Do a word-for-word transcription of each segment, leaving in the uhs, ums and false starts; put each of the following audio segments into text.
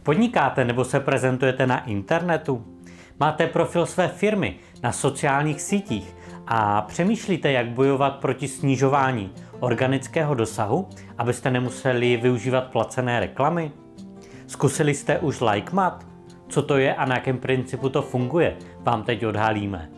Podnikáte nebo se prezentujete na internetu? Máte profil své firmy na sociálních sítích a přemýšlíte, jak bojovat proti snižování organického dosahu, abyste nemuseli využívat placené reklamy? Zkusili jste už LikeMat? Co to je a na jakém principu to funguje, vám teď odhalíme.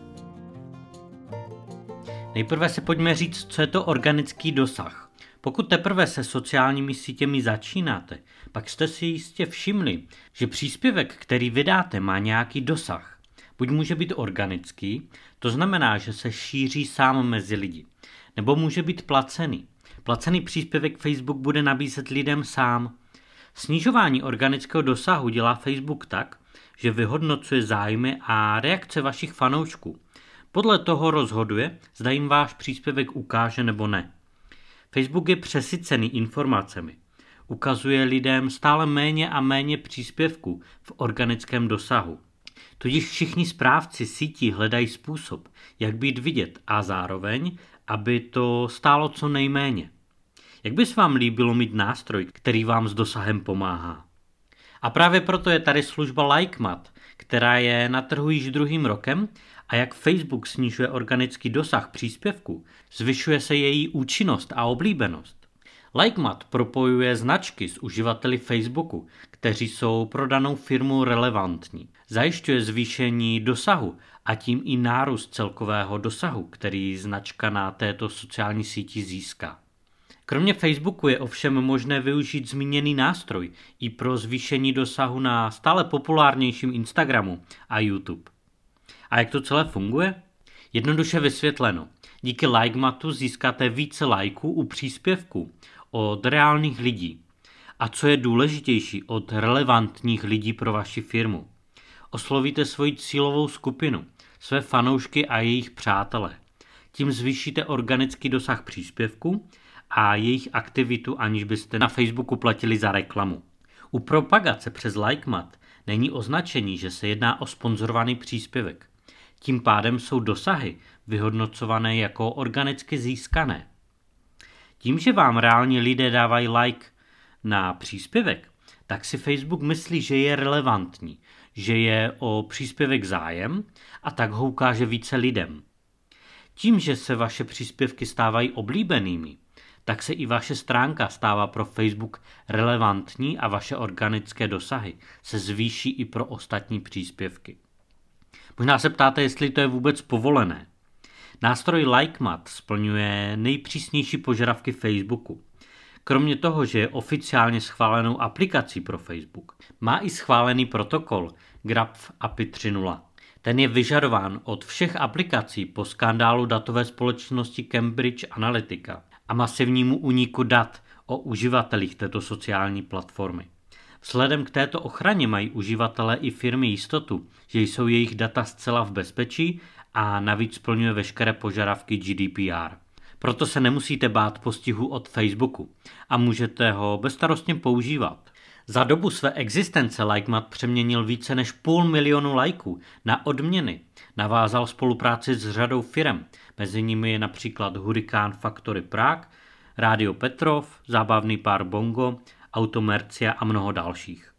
Nejprve se pojďme říct, co je to organický dosah. Pokud teprve se sociálními sítěmi začínáte, pak jste si jistě všimli, že příspěvek, který vydáte, má nějaký dosah. Buď může být organický, to znamená, že se šíří sám mezi lidi, nebo může být placený. Placený příspěvek Facebook bude nabízet lidem sám. Snižování organického dosahu dělá Facebook tak, že vyhodnocuje zájmy a reakce vašich fanoušků. Podle toho rozhoduje, zda jim váš příspěvek ukáže nebo ne. Facebook je přesycený informacemi. Ukazuje lidem stále méně a méně příspěvků v organickém dosahu. Tudíž všichni správci sítí hledají způsob, jak být vidět a zároveň, aby to stálo co nejméně. Jak by se vám líbilo mít nástroj, který vám s dosahem pomáhá? A právě proto je tady služba LikeMat, která je na trhu již druhým rokem a jak Facebook snižuje organický dosah příspěvku, zvyšuje se její účinnost a oblíbenost. LikeMat propojuje značky s uživateli Facebooku, kteří jsou pro danou firmu relevantní. Zajišťuje zvýšení dosahu a tím i nárůst celkového dosahu, který značka na této sociální síti získá. Kromě Facebooku je ovšem možné využít zmíněný nástroj i pro zvýšení dosahu na stále populárnějším Instagramu a YouTube. A jak to celé funguje? Jednoduše vysvětleno. Díky LikeMatu získáte více lajků u příspěvků od reálných lidí. A co je důležitější, od relevantních lidí pro vaši firmu. Oslovíte svoji cílovou skupinu, své fanoušky a jejich přátele. Tím zvýšíte organický dosah příspěvku a jejich aktivitu, aniž byste na Facebooku platili za reklamu. U propagace přes LikeMat není označení, že se jedná o sponzorovaný příspěvek. Tím pádem jsou dosahy vyhodnocované jako organicky získané. Tím, že vám reálně lidé dávají like na příspěvek, tak si Facebook myslí, že je relevantní, že je o příspěvek zájem a tak ho ukáže více lidem. Tím, že se vaše příspěvky stávají oblíbenými, tak se i vaše stránka stává pro Facebook relevantní a vaše organické dosahy se zvýší i pro ostatní příspěvky. Možná se ptáte, jestli to je vůbec povolené. Nástroj LikeMat splňuje nejpřísnější požadavky Facebooku. Kromě toho, že je oficiálně schválenou aplikací pro Facebook, má i schválený protokol Graph A P I tři tečka nula. Ten je vyžadován od všech aplikací po skandálu datové společnosti Cambridge Analytica a masivnímu úniku dat o uživatelích této sociální platformy. Vzhledem k této ochraně mají uživatelé i firmy jistotu, že jsou jejich data zcela v bezpečí a navíc splňuje veškeré požadavky G D P R. Proto se nemusíte bát postihu od Facebooku a můžete ho bezstarostně používat. Za dobu své existence LikeMat přeměnil více než půl milionu lajků na odměny. Navázal spolupráci s řadou firem, mezi nimi je například Hurricane Factory Prague, Rádio Petrov, Zábavný pár Bongo, Automercia a mnoho dalších.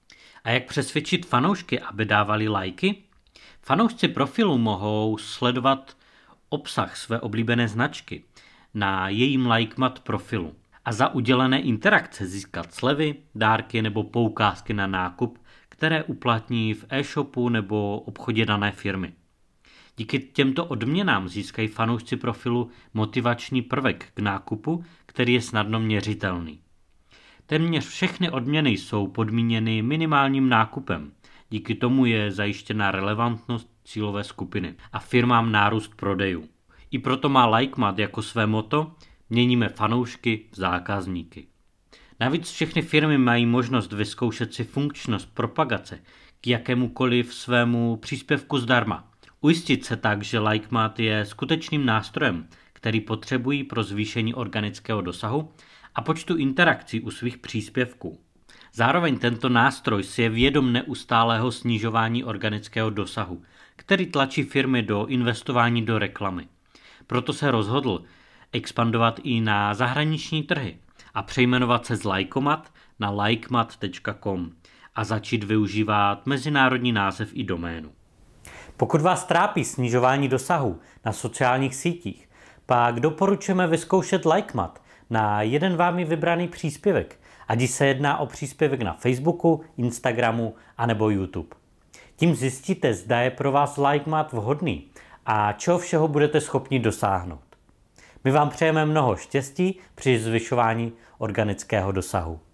A jak přesvědčit fanoušky, aby dávali lajky? Fanoušci profilu mohou sledovat obsah své oblíbené značky na jejím LikeMat profilu a za udělené interakce získat slevy, dárky nebo poukázky na nákup, které uplatní v e-shopu nebo obchodě dané firmy. Díky těmto odměnám získají fanoušci profilu motivační prvek k nákupu, který je snadno měřitelný. Téměř všechny odměny jsou podmíněny minimálním nákupem. Díky tomu je zajištěna relevantnost cílové skupiny a firmám nárůst prodejů. I proto má LikeMat jako své motto měníme fanoušky v zákazníky. Navíc všechny firmy mají možnost vyzkoušet si funkčnost propagace k jakémukoliv svému příspěvku zdarma. Ujistit se tak, že LikeMat je skutečným nástrojem, který potřebují pro zvýšení organického dosahu a počtu interakcí u svých příspěvků. Zároveň tento nástroj si je vědom neustálého snižování organického dosahu, který tlačí firmy do investování do reklamy. Proto se rozhodl expandovat i na zahraniční trhy a přejmenovat se z LikeMat na likemat tečka com a začít využívat mezinárodní název i doménu. Pokud vás trápí snižování dosahu na sociálních sítích, pak doporučujeme vyzkoušet Likemat na jeden vámi vybraný příspěvek, ať se jedná o příspěvek na Facebooku, Instagramu anebo YouTube. Tím zjistíte, zda je pro vás Likemat vhodný a čeho všeho budete schopni dosáhnout. My vám přejeme mnoho štěstí při zvyšování organického dosahu.